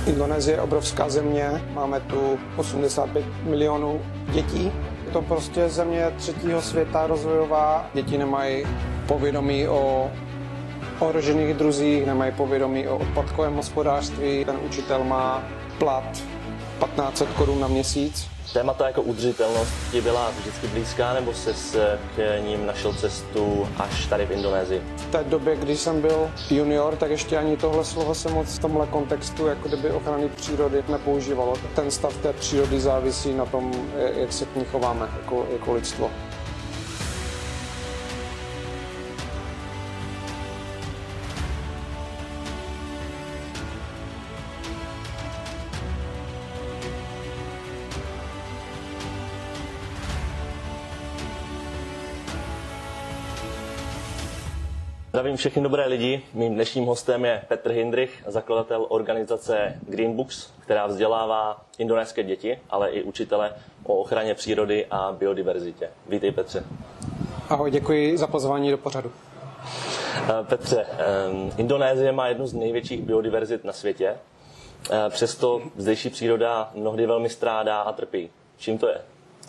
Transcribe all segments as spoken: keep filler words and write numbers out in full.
Indonésie je obrovská země, máme tu osmdesát pět milionů dětí. Je to prostě země třetího světa rozvojová. Děti nemají povědomí o ohrožených druzích, nemají povědomí o odpadkovém hospodářství. Ten učitel má plat patnáct set korun na měsíc. Témata jako udržitelnost ti byla vždycky blízká, nebo jsi k ním našel cestu až tady v Indonésii? V té době, když jsem byl junior, tak ještě ani tohle slovo se moc v tomhle kontextu jako kdyby ochrany přírody nepoužívalo. Ten stav té přírody závisí na tom, jak se k ní chováme jako, jako lidstvo. Zdravím všechny dobré lidi. Mým dnešním hostem je Petr Hindrich, zakladatel organizace Green Books, která vzdělává indonéské děti, ale i učitele o ochraně přírody a biodiverzitě. Vítej, Petře. Ahoj, děkuji za pozvání do pořadu. Petře, Indonésie má jednu z největších biodiverzit na světě. Přesto zdejší příroda mnohdy velmi strádá a trpí. Čím to je?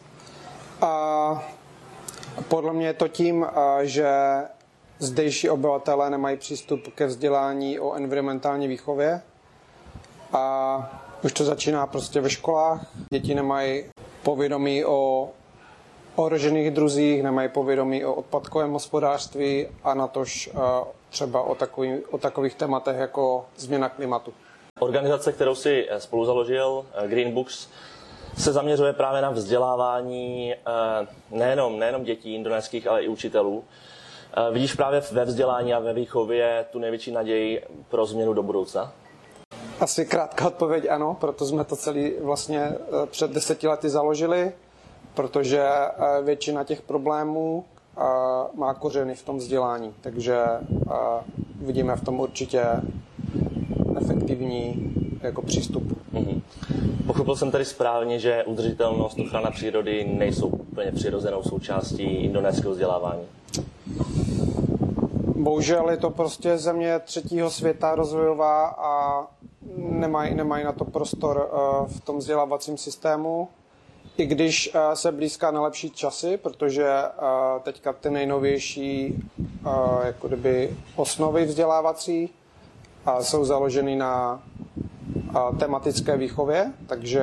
A podle mě je to tím, že zdejší obyvatelé nemají přístup ke vzdělání o environmentální výchově a už to začíná prostě ve školách. Děti nemají povědomí o ohrožených druzích, nemají povědomí o odpadkovém hospodářství a natož třeba o, takový, o takových tématech jako změna klimatu. Organizace, kterou si spolu založil, Green Books, se zaměřuje právě na vzdělávání nejenom, nejenom dětí indonéských, ale i učitelů. Vidíš právě ve vzdělání a ve výchově tu největší naději pro změnu do budoucna? Asi krátká odpověď ano, proto jsme to celý vlastně před deseti lety založili, protože většina těch problémů má kořeny v tom vzdělání, takže vidíme v tom určitě efektivní jako přístup. Mm-hmm. Pochopil jsem tady správně, že udržitelnost, ochrana přírody nejsou úplně přirozenou součástí indonéského vzdělávání. Bohužel je to prostě země třetího světa rozvojová a nemají, nemají na to prostor v tom vzdělávacím systému. I když se blízká na lepší časy, protože teďka ty nejnovější jako kdyby osnovy vzdělávací jsou založeny na tematické výchově, takže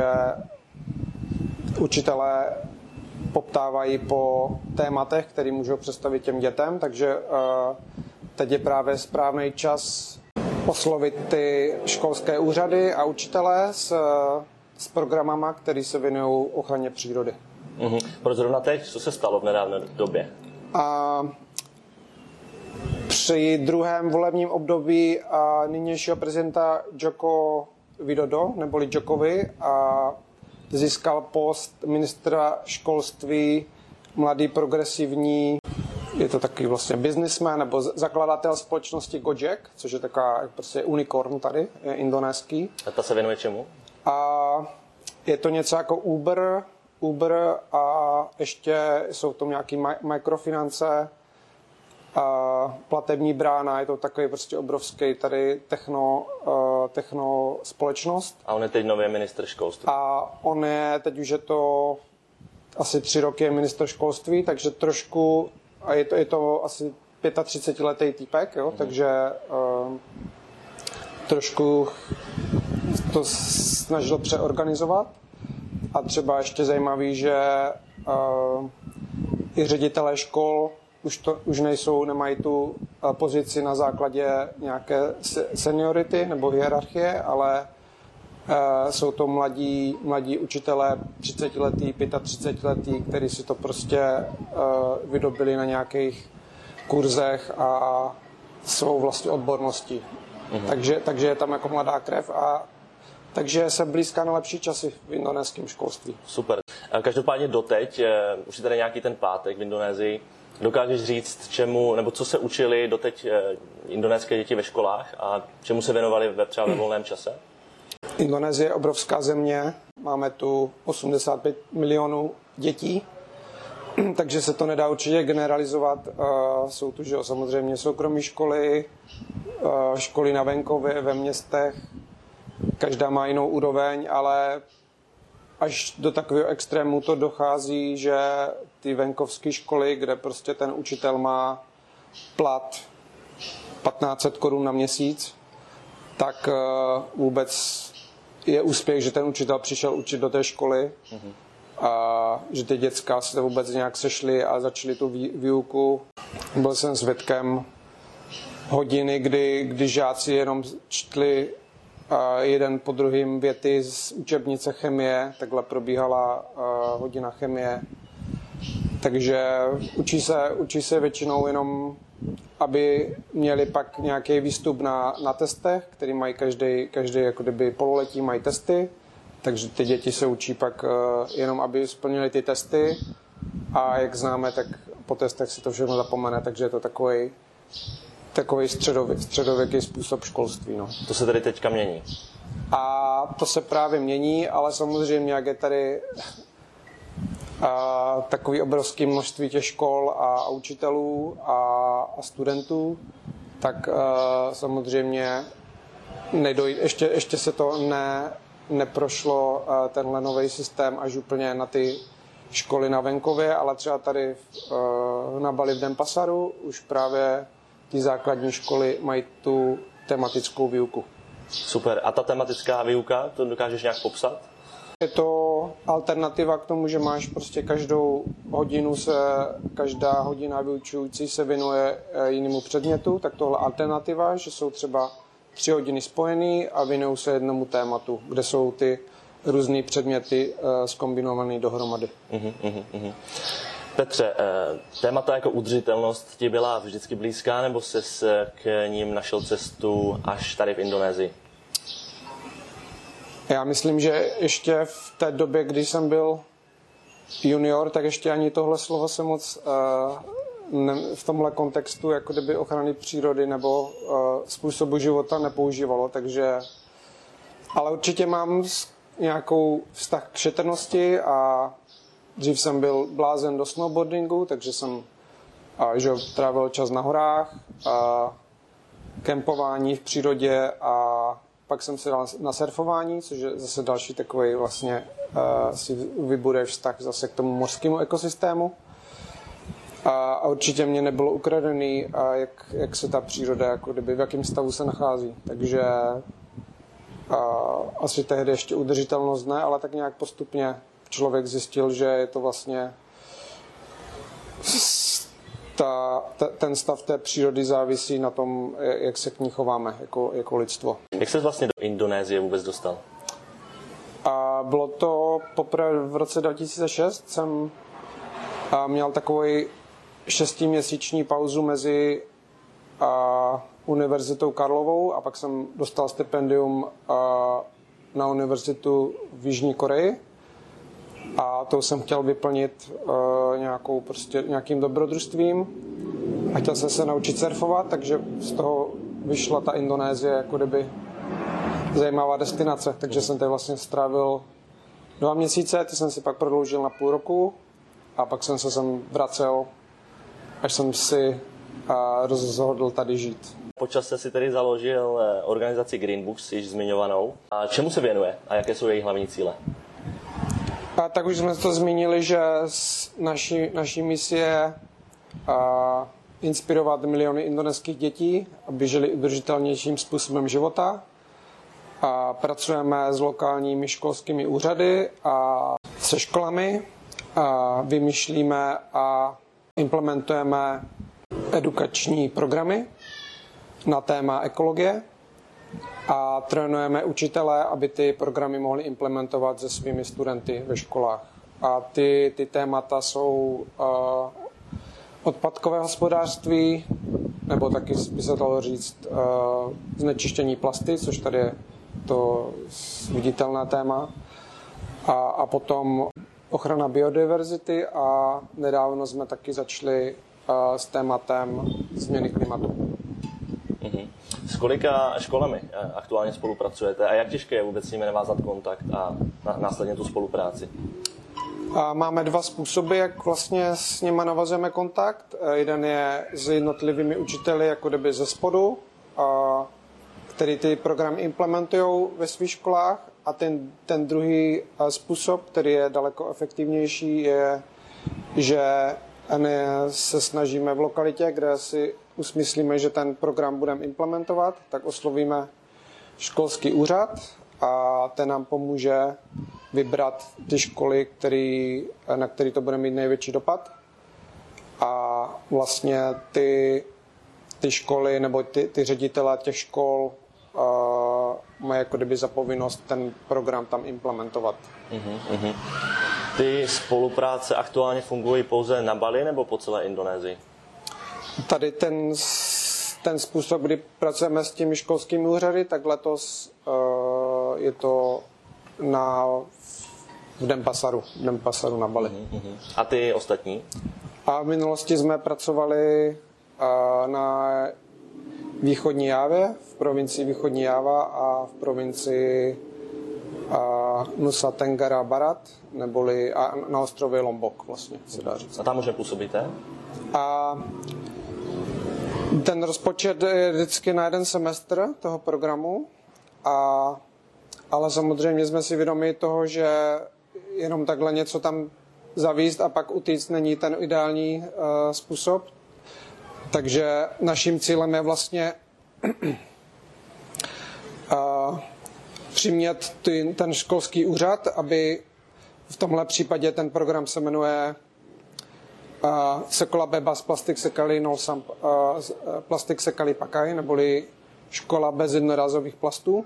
učitelé poptávají po tématech, které můžou představit těm dětem, takže teď je právě správný čas oslovit ty školské úřady a učitele s, s programama, které se věnují ochraně přírody. Mm-hmm. Proč zrovna teď? Co se stalo v nedávné době? A při druhém volebním období a nynějšího prezidenta Joko Widodo, neboli Jokovi, a získal post ministra školství, mladý, progresivní, je to taky vlastně businessman nebo zakladatel společnosti Gojek, což je taková prostě unicorn tady, je indonéský. A ta se věnuje čemu? A je to něco jako Uber, Uber a ještě jsou tam nějaké mikrofinance, a platební brána, je to takový prostě obrovský tady techno, techno společnost. A on je teď nový ministr školství. A on je, teď už je to asi tři roky je ministr školství, takže trošku, a je to, je to asi třicetiletý týpek, jo, mm. takže uh, trošku to snažil přeorganizovat. A třeba ještě zajímavý, že uh, i ředitelé škol už, to, už nejsou, nemají tu pozici na základě nějaké seniority nebo hierarchie, ale uh, jsou to mladí, mladí učitelé třicetiletí, třicetiletí, kteří si to prostě uh, vydobili na nějakých kurzech a svou vlastní odborností. Mm-hmm. Takže, takže je tam jako mladá krev a takže se blízká na lepší časy v indonéském školství. Super. Každopádně doteď, už je tady nějaký ten pátek v Indonésii, dokážeš říct, čemu, nebo co se učili doteď indonéské děti ve školách a čemu se věnovali ve třeba ve volném čase? Indonésie je obrovská země, máme tu osmdesát pět milionů dětí, takže se to nedá určitě generalizovat. Jsou tu, že samozřejmě soukromé školy, školy na venkově, ve městech, každá má jinou úroveň, ale až do takového extrému to dochází, že ty venkovské školy, kde prostě ten učitel má plat patnáct set korun na měsíc, tak vůbec je úspěch, že ten učitel přišel učit do té školy mm-hmm. a že ty děcka se vůbec nějak sešly a začali tu výuku. Byl jsem svědkem hodiny, kdy, kdy žáci jenom čtli jeden po druhým věty z učebnice chemie, takhle probíhala hodina chemie. Takže učí se, učí se většinou jenom, aby měli pak nějaký výstup na, na testech, který mají každý, každý jako kdyby pololetí mají testy, takže ty děti se učí pak jenom, aby splnili ty testy a jak známe, tak po testech si to všechno zapomene, takže je to takový takový středově, středověký způsob školství. No. To se tady teďka mění. A to se právě mění, ale samozřejmě, jak je tady a, takový obrovský množství těch škol a, a učitelů a, a studentů, tak a, samozřejmě nedoj, ještě, ještě se to ne, neprošlo a, tenhle nový systém až úplně na ty školy na venkově, ale třeba tady v, a, na Bali v Denpasaru už právě ty základní školy mají tu tematickou výuku. Super. A ta tematická výuka, to dokážeš nějak popsat? Je to alternativa k tomu, že máš prostě každou hodinu se, každá hodina vyučující se věnuje jinému předmětu, tak tohle alternativa, že jsou třeba tři hodiny spojený a věnují se jednomu tématu, kde jsou ty různé předměty zkombinované dohromady. Uh-huh, uh-huh, uh-huh. Petře, témata jako udržitelnost ti byla vždycky blízká, nebo jsi k ním našel cestu až tady v Indonésii? Já myslím, že ještě v té době, kdy jsem byl junior, tak ještě ani tohle slovo se moc uh, ne, v tomhle kontextu jako kdyby ochrany přírody nebo uh, způsobu života nepoužívalo, takže ale určitě mám nějakou vztah k šetrnosti a dřív jsem byl blázen do snowboardingu, takže jsem a, že, trávil čas na horách, a, kempování v přírodě a pak jsem se dal na surfování, což je zase další takový vlastně a, si vybuduješ vztah zase k tomu mořskému ekosystému. A, a určitě mě nebylo ukradený, a jak, jak se ta příroda, jako kdyby, v jakém stavu se nachází. Takže a, asi tehdy ještě udržitelnost ne, ale tak nějak postupně člověk zjistil, že je to vlastně ta, ta, ten stav té přírody závisí na tom, jak se k ní chováme jako, jako lidstvo. Jak se vlastně do Indonésie vůbec dostal? A bylo to poprvé v roce dva tisíce šest, jsem a měl takovou šestiměsíční pauzu mezi a, univerzitou Karlovou a pak jsem dostal stipendium a, na univerzitu v Jižní Koreji. A to jsem chtěl vyplnit uh, nějakou, prostě, nějakým dobrodružstvím a chtěl jsem se naučit surfovat, takže z toho vyšla ta Indonésie jako kdyby zajímavá destinace. Takže jsem tady vlastně strávil dva měsíce, ty jsem si pak prodloužil na půl roku a pak jsem se sem vracel, až jsem si uh, rozhodl tady žít. Po čase si tedy založil organizaci Green Books, již zmiňovanou. A čemu se věnuje a jaké jsou její hlavní cíle? A tak už jsme to zmínili, že naší, naší mise je a, inspirovat miliony indonéských dětí, aby žili udržitelnějším způsobem života. A pracujeme s lokálními školskými úřady a se školami. A vymýšlíme a implementujeme edukační programy na téma ekologie. A trénujeme učitele, aby ty programy mohli implementovat se svými studenty ve školách. A ty, ty témata jsou uh, odpadkové hospodářství, nebo taky by se dalo říct uh, znečištění plasty, což tady je to viditelné téma. A, a potom ochrana biodiverzity a nedávno jsme taky začali uh, s tématem změny klimatu. S kolika školami aktuálně spolupracujete a jak těžké je vůbec s nimi navázat kontakt a následně tu spolupráci? A máme dva způsoby, jak vlastně s nimi navazujeme kontakt. Jeden je s jednotlivými učiteli, jako kdyby ze spodu, a který ty programy implementují ve svých školách, a ten, ten druhý způsob, který je daleko efektivnější, je, že se snažíme v lokalitě, kde si usmyslíme, že ten program budeme implementovat, tak oslovíme školský úřad a ten nám pomůže vybrat ty školy, který, na který to bude mít největší dopad. A vlastně ty, ty školy nebo ty, ty ředitelé těch škol uh, mají jako kdyby za povinnost ten program tam implementovat. Uh-huh, uh-huh. Ty spolupráce aktuálně fungují pouze na Bali nebo po celé Indonésii? Tady ten, ten způsob, kdy pracujeme s těmi školskými úřady, tak letos uh, je to na, v Denpasaru, v Denpasaru na Bali. Uh-huh, uh-huh. A ty ostatní? A v minulosti jsme pracovali uh, na východní Jávě, v provincii východní Jáva a v provincii uh, Nusa Tenggara Barat, neboli a na ostrově Lombok vlastně, se dá říct. A tam už nepůsobíte? A ten rozpočet je vždycky na jeden semestr toho programu, a, ale samozřejmě jsme si vědomi toho, že jenom takhle něco tam zavíst a pak utíct není ten ideální uh, způsob. Takže naším cílem je vlastně uh, přimět ty, ten školský úřad, aby v tomhle případě ten program se jmenuje uh, Sekolah Bebas Plastik Sekali Nol Samp, uh, Plastik Sekali Pakai, neboli škola bez jednorázových plastů.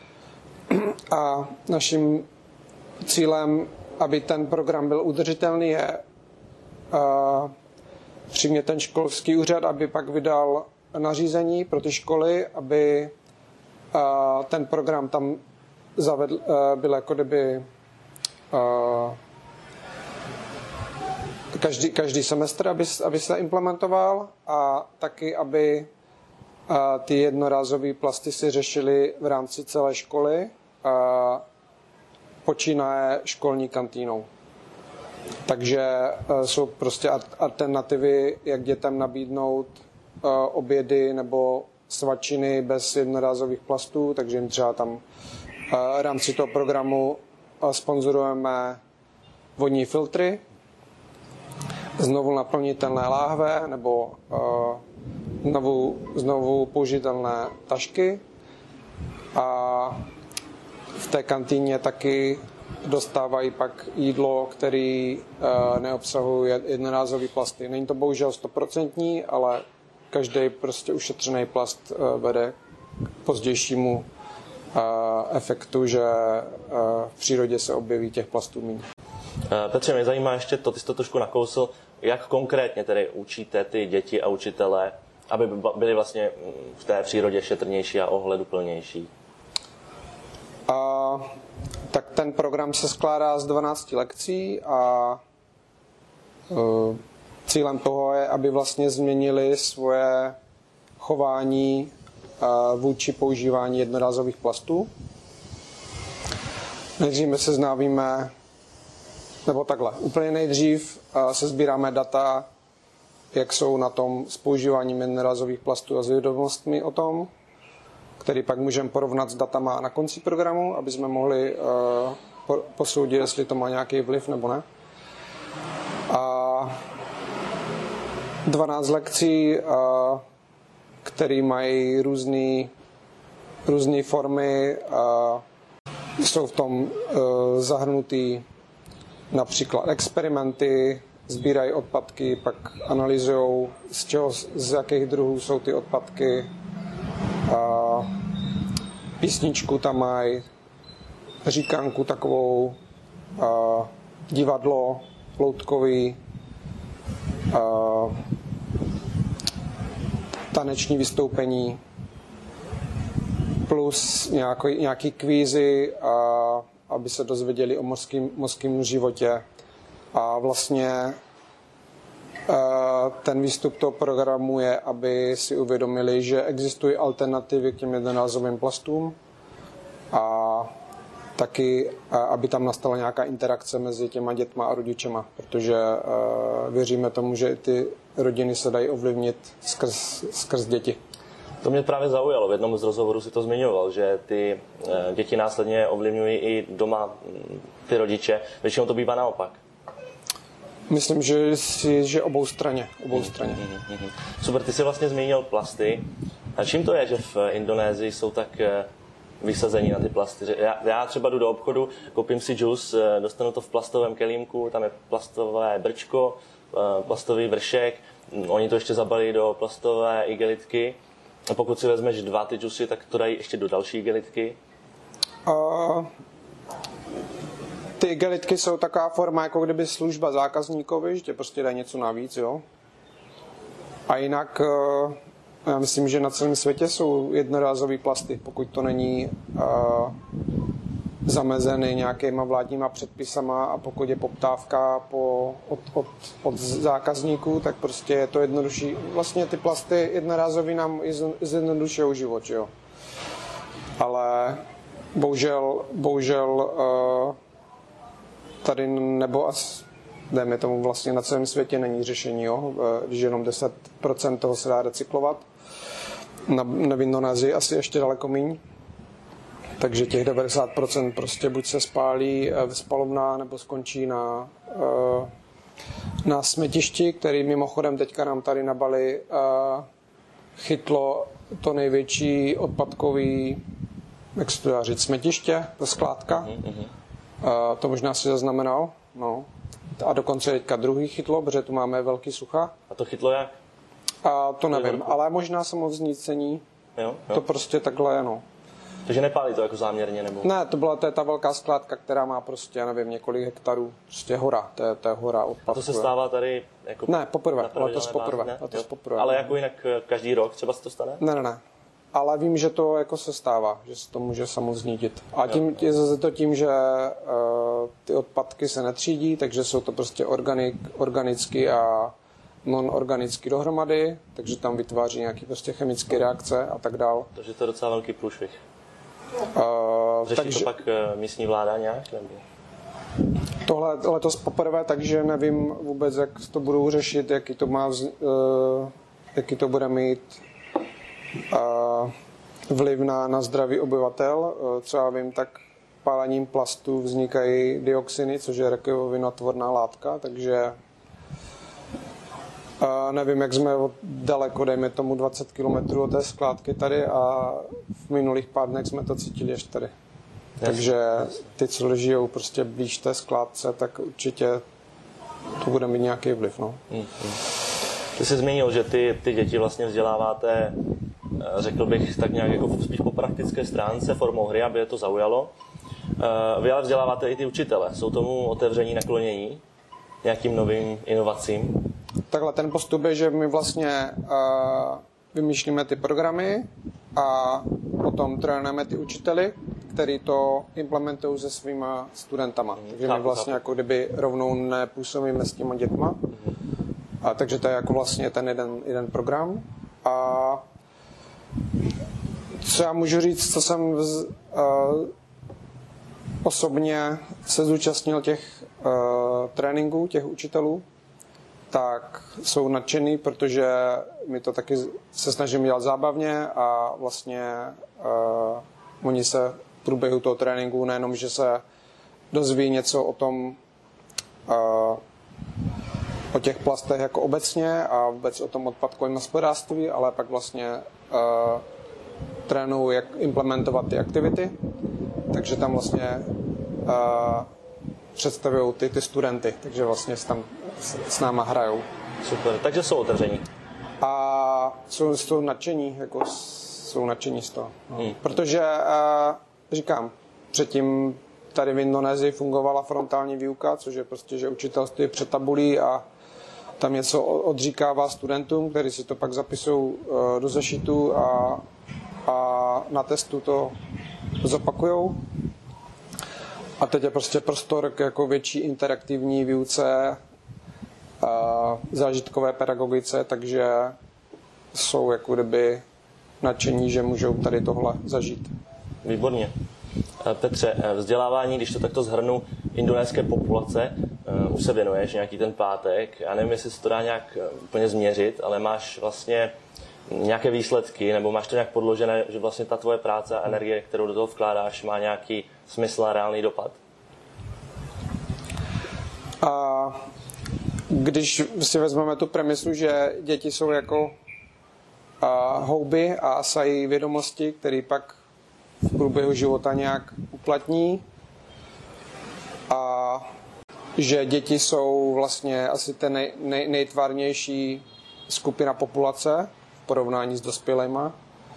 A naším cílem, aby ten program byl udržitelný, je uh, přimět ten školský úřad, aby pak vydal nařízení pro ty školy, aby uh, ten program tam zavedl, uh, byl jako kdyby uh, každý, každý semestr, aby, aby se implementoval, a taky, aby uh, ty jednorázové plasty si řešili v rámci celé školy, uh, počínaje školní kantýnou. Takže uh, jsou prostě alternativy, jak dětem nabídnout uh, obědy nebo svačiny bez jednorázových plastů, takže jim třeba tam uh, v rámci toho programu uh, sponzorujeme vodní filtry, znovu naplnitelné láhve nebo uh, znovu, znovu použitelné tašky, a v té kantýně taky dostávají pak jídlo, který uh, neobsahuje jednorázové plasty. Není to bohužel stoprocentní, ale každý prostě ušetřený plast uh, vede k pozdějšímu uh, efektu, že uh, v přírodě se objeví těch plastů méně. Petře, mě zajímá ještě to, ty jsi to trošku nakousl, jak konkrétně tedy učíte ty děti a učitele, aby byli vlastně v té přírodě šetrnější a ohleduplnější? A, tak ten program se skládá z dvanácti lekcí a uh, cílem toho je, aby vlastně změnili svoje chování uh, vůči používání jednorázových plastů. Nejdřív se znávíme, nebo takhle, úplně nejdřív uh, se sbíráme data, jak jsou na tom s používáním jednorázových plastů a s vědomostmi o tom, který pak můžeme porovnat s datama na konci programu, aby jsme mohli uh, posoudit, jestli to má nějaký vliv nebo ne. A dvanáct lekcí, uh, které mají různé různé formy, uh, jsou v tom uh, zahrnutý například experimenty, sbírají odpadky, pak analyzují, z čeho, z jakých druhů jsou ty odpadky. A písničku tam mají, říkanku takovou, a divadlo loutkový, a taneční vystoupení, plus nějaký, nějaký kvízy, a aby se dozvěděli o mořském, mořském životě. A vlastně ten výstup toho programu je, aby si uvědomili, že existují alternativy k těm jednorázovým plastům, a taky, aby tam nastala nějaká interakce mezi těma dětma a rodičema, protože věříme tomu, že ty rodiny se dají ovlivnit skrz, skrz děti. To mě právě zaujalo, v jednom z rozhovorů si to zmiňoval, že ty děti následně ovlivňují i doma ty rodiče, většinou to bývá naopak. Myslím, že, si, že obou straně. Obou straně. Mm, mm, mm. Super, ty jsi vlastně zmínil plasty. A čím to je, že v Indonésii jsou tak vysazení na ty plasty? Já, já třeba jdu do obchodu, koupím si džus, dostanu to v plastovém kelímku, tam je plastové brčko, plastový vršek, oni to ještě zabalí do plastové igelitky. A pokud si vezmeš dva ty džusy, tak to dají ještě do další igelitky. Uh, ty igelitky jsou taková forma, jako kdyby služba zákazníkovi, že tě prostě dají něco navíc, jo. A jinak, uh, já myslím, že na celém světě jsou jednorázové plasty, pokud to není uh, zamezeny nějakýma vládníma předpisama a pokud je poptávka po, od, od, od zákazníků, tak prostě je to jednodušší. Vlastně ty plasty jednorázové nám zjednodušují život, že jo. Ale bohužel, bohužel uh, tady nebo as, dejme tomu vlastně na celém světě není řešení, jo, když jenom deset procent toho se dá recyklovat. Na, na Indonésii asi ještě daleko míň. Takže těch devadesát procent prostě buď se spálí v spalovna, nebo skončí na, na smetišti, který mimochodem teďka nám tady na Bali chytlo to největší odpadkový, jak se to dá říct, smetiště, ta skládka. Mm-hmm. To možná si zaznamenal. No. A dokonce teďka druhý chytlo, protože tu máme velký sucha. A to chytlo jak? A to nevím, ale možná samoznícení. Jo, jo. To prostě takhle je, no. Takže nepálí to jako záměrně, nebo? Ne, to byla to je ta velká skládka, která má prostě, já nevím, několik hektarů. Prostě hora, to je, to je hora odpadku. A to se stává tady jako... Ne, poprvé, letos poprvé. Ne? Letos poprvé. Ale jako jinak každý rok třeba se to stane? Ne, ne, ne. Ale vím, že to jako se stává, že se to může samoznítit. A tím je zase to tím, že uh, ty odpadky se netřídí, takže jsou to prostě organik, organicky a non-organicky dohromady, takže tam vytváří nějaké prostě chemické reakce a tak dál. Takže to je docela velký průšvih. Uh, Řeší takže... to pak uh, místní vláda nějak? Nebo? Tohle letos poprvé, takže nevím vůbec, jak to budou řešit, jaký to má, uh, jaký to bude mít uh, vliv na, na zdraví obyvatel. Uh, co já vím, tak pálením plastů vznikají dioxiny, což je rakovinotvorná látka, takže uh, nevím, jak jsme daleko, dejme tomu dvacet kilometrů od té skládky tady a v minulých pár dnech jsme to cítili ještě tady. Jasně. Takže ty, co žijou prostě blíž té skládce, tak určitě to bude mít nějaký vliv. No. Hmm, hmm. Ty jsi zmínil, že ty, ty děti vlastně vzděláváte, řekl bych, tak nějak jako spíš po praktické stránce formou hry, aby je to zaujalo. Vy ale vzděláváte i ty učitele. Jsou tomu otevření, naklonění nějakým novým inovacím? Takhle ten postup je, že my vlastně uh, vymýšlíme ty programy a potom trénujeme ty učiteli, který to implementují se svýma studentama. Mm, takže my vlastně jako kdyby rovnou nepůsobíme s těma dětma. Mm. A takže to je jako vlastně ten jeden, jeden program. A co já můžu říct, co jsem vz, uh, osobně se zúčastnil těch uh, tréninků, těch učitelů, tak jsou nadšený, protože my to taky se snažíme dělat zábavně a vlastně uh, oni se v průběhu toho tréninku nejenom, že se dozví něco o tom, uh, o těch plastech jako obecně a vůbec o tom odpadkovém hospodářství, ale pak vlastně uh, trénují, jak implementovat ty aktivity, takže tam vlastně uh, představují ty, ty studenty, takže vlastně tam s, s náma hrajou. Super, takže jsou otevření. A jsou, jsou nadšení, jako jsou nadšení z toho. No. Hmm. Protože, uh, říkám, předtím tady v Indonésii fungovala frontální výuka, což je prostě, že učitel stojí před tabulí a tam něco odříkává studentům, kteří si to pak zapisují uh, do zešitu a, a na testu to zopakujou. A teď je prostě prostor k jako větší interaktivní výuce, a zážitkové pedagogice, takže jsou jako kdyby nadšení, že můžou tady tohle zažít. Výborně. Petře, vzdělávání, když to takto shrnu, indonéské populace, už se věnuješ nějaký ten pátek, já nevím, jestli se to dá nějak úplně změřit, ale máš vlastně nějaké výsledky, nebo máš to nějak podložené, že vlastně ta tvoje práce a energie, kterou do toho vkládáš, má nějaký smysl a reálný dopad? A když si vezmeme tu premisu, že děti jsou jako a, houby a asají vědomosti, které pak v průběhu života nějak uplatní, a že děti jsou vlastně asi ten nej, nej, nejtvárnější skupina populace v porovnání s dospělejma,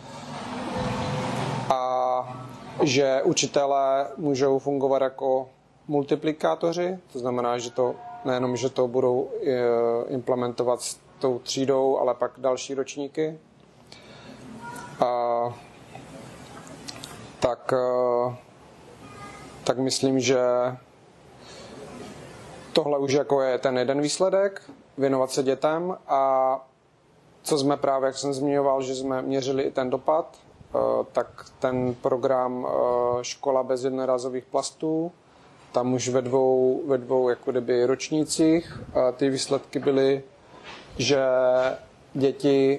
a že učitelé můžou fungovat jako multiplikátoři, to znamená, že to nejenom, že to budou implementovat s tou třídou, ale pak další ročníky. A, tak, tak myslím, že tohle už jako je ten jeden výsledek, věnovat se dětem, a co jsme právě, jak jsem zmiňoval, že jsme měřili i ten dopad, tak ten program Škola bez jednorázových plastů, tam už ve dvou, ve dvou jako kdyby ročnících ty výsledky byly, že děti,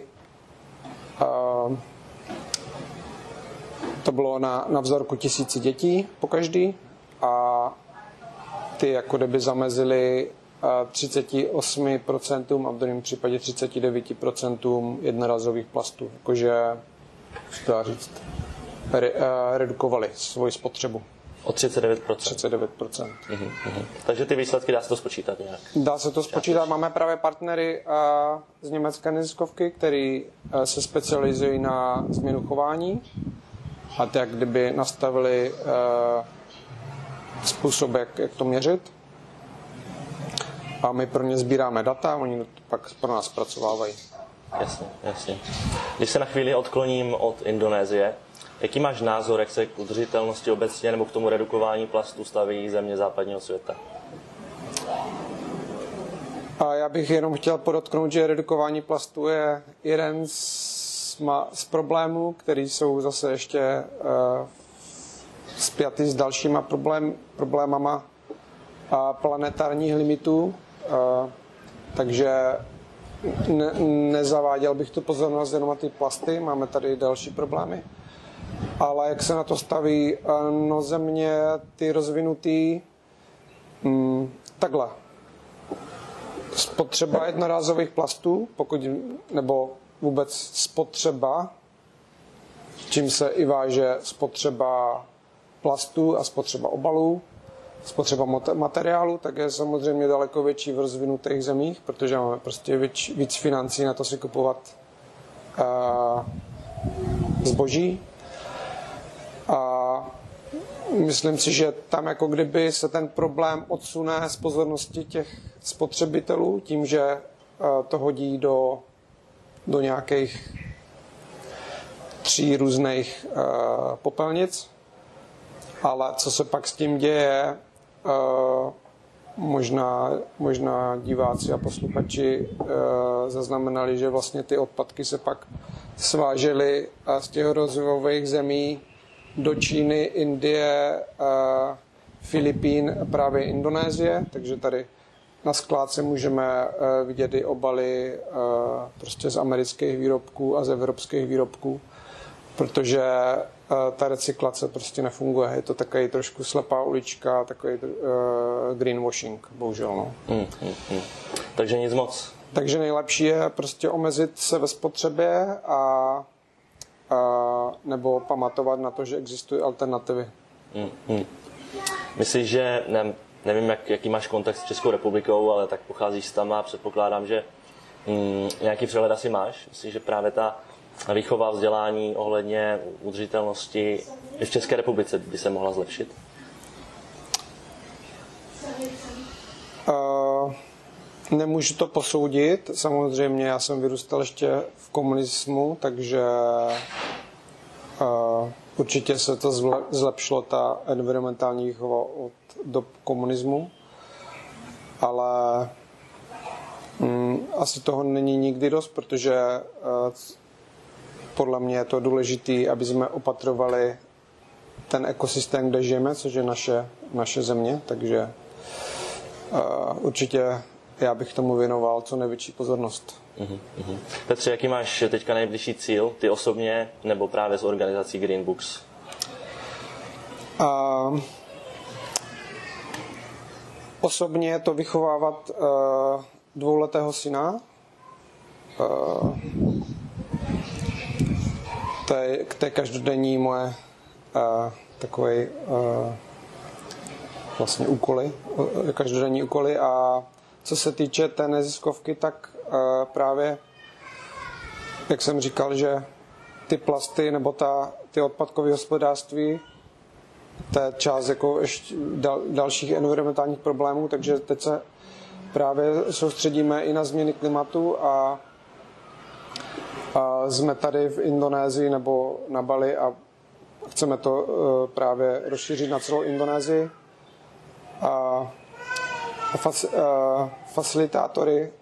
to bylo na, na vzorku tisíci dětí po každý, a ty jako kdyby zamezily třicet osm procent a v druhém případě třicet devět procent jednorazových plastů. Jakože, co to dá říct, re, redukovali svoji spotřebu. O třicet devět procent. třicet devět procent. Uhum, uhum. Takže ty výsledky dá se to spočítat nějak? Dá se to spočítat. Máme právě partnery z německé neziskovky, který se specializují na změnu chování, a tak kdyby nastavili způsob, jak, jak to měřit. A my pro ně sbíráme data, oni to pak pro nás zpracovávají. Jasně, jasně. Když se na chvíli odkloním od Indonésie, jaký máš názor, jak se k udržitelnosti obecně nebo k tomu redukování plastu staví země západního světa? A já bych jenom chtěl podotknout, že redukování plastu je jeden z, ma, z problémů, který jsou zase ještě uh, spjatý s dalšíma problém, problémama a planetárních limitů. Uh, takže ne, nezaváděl bych tu pozornost jenom na ty plasty, máme tady další problémy. Ale jak se na to staví no země, ty rozvinutý, mm, takhle. Spotřeba jednorázových plastů, pokud, nebo vůbec spotřeba, čím se i váže spotřeba plastů a spotřeba obalů, spotřeba materiálu, tak je samozřejmě daleko větší v rozvinutých zemích, protože máme prostě víc, víc financí na to si kupovat uh, zboží. A myslím si, že tam jako kdyby se ten problém odsune z pozornosti těch spotřebitelů tím, že to hodí do, do nějakých tří různých uh, popelnic. Ale co se pak s tím děje, uh, možná, možná diváci a posluchači uh, zaznamenali, že vlastně ty odpadky se pak svážely z těch rozvojových zemí do Číny, Indie, Filipín, právě Indonésie, takže tady na skládce můžeme vidět i obaly prostě z amerických výrobků a z evropských výrobků, protože ta recyklace prostě nefunguje. Je to takový trošku slepá ulička, takový greenwashing, bohužel. No. Hmm, hmm, hmm. Takže nic moc. Takže nejlepší je prostě omezit se ve spotřebě a, a nebo pamatovat na to, že existují alternativy. Hmm, hmm. Myslíš, že, ne, nevím, jak, jaký máš kontakt s Českou republikou, ale tak pocházíš tam a předpokládám, že hmm, nějaký přehled asi máš. Myslíš, že právě ta výchova, vzdělání ohledně udržitelnosti v České republice by se mohla zlepšit? Uh... Nemůžu to posoudit, samozřejmě já jsem vyrůstal ještě v komunismu, takže uh, určitě se to zlepšilo, ta environmentální výchova od dob komunismu, ale um, asi toho není nikdy dost, protože uh, podle mě je to důležité, aby jsme opatrovali ten ekosystém, kde žijeme, což je naše, naše země, takže uh, určitě já bych tomu věnoval co největší pozornost. Uhum, uhum. Petře, jaký máš teďka nejbližší cíl, ty osobně nebo právě s organizací Green Books? Uh, osobně to vychovávat uh, dvouletého syna. Uh, to, je, to je každodenní moje uh, takové uh, vlastně úkoly, každodenní úkoly. A co se týče té neziskovky, tak uh, právě, jak jsem říkal, že ty plasty nebo ta, ty odpadkové hospodářství, to je část jako ještě dal, dalších environmentálních problémů, takže teď se právě soustředíme i na změny klimatu a, a jsme tady v Indonésii nebo na Bali a chceme to uh, právě rozšířit na celou Indonésii. A fac, uh, facilitátory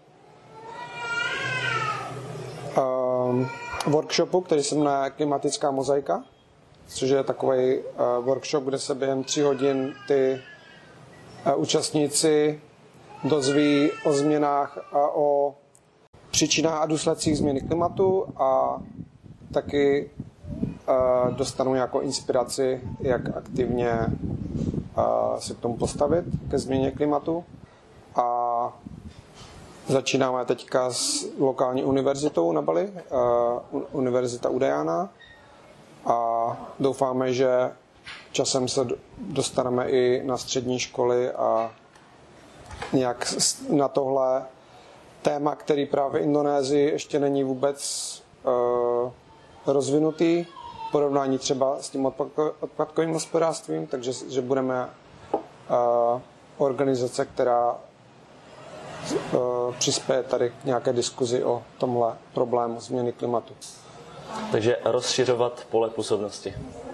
uh, workshopu, který se jmenuje Klimatická mozaika, což je takový uh, workshop, kde se během tří hodin ty uh, účastníci dozví o změnách a o příčinách a důsledcích změny klimatu a taky uh, dostanou nějakou inspiraci, jak aktivně uh, se k tomu postavit, ke změně klimatu. A začínáme teďka s lokální univerzitou na Bali, uh, Univerzita Udayana, a doufáme, že časem se dostaneme i na střední školy a nějak na tohle téma, který právě v Indonésii ještě není vůbec uh, rozvinutý, v porovnání třeba s tím odpadko, odpadkovým hospodářstvím, takže že budeme uh, organizace, která uh, přispěje tady k nějaké diskuzi o tomhle problému změny klimatu. Takže rozšiřovat pole působnosti.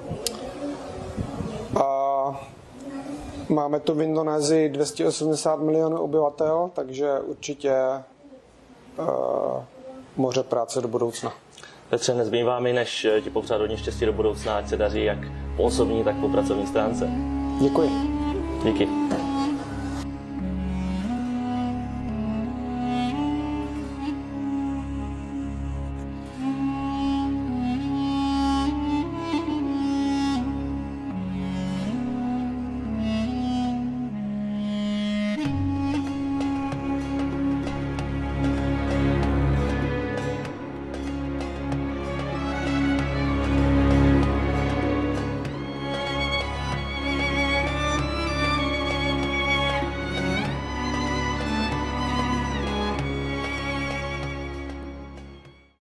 A máme tu v Indonésii dvě stě osmdesát milionů obyvatel, takže určitě uh, moře práce do budoucna. Petře, nezbývá mi, než ti popřát hodně štěstí do budoucna, ať se daří jak po osobní, tak po pracovní stránce. Děkuji. Díky.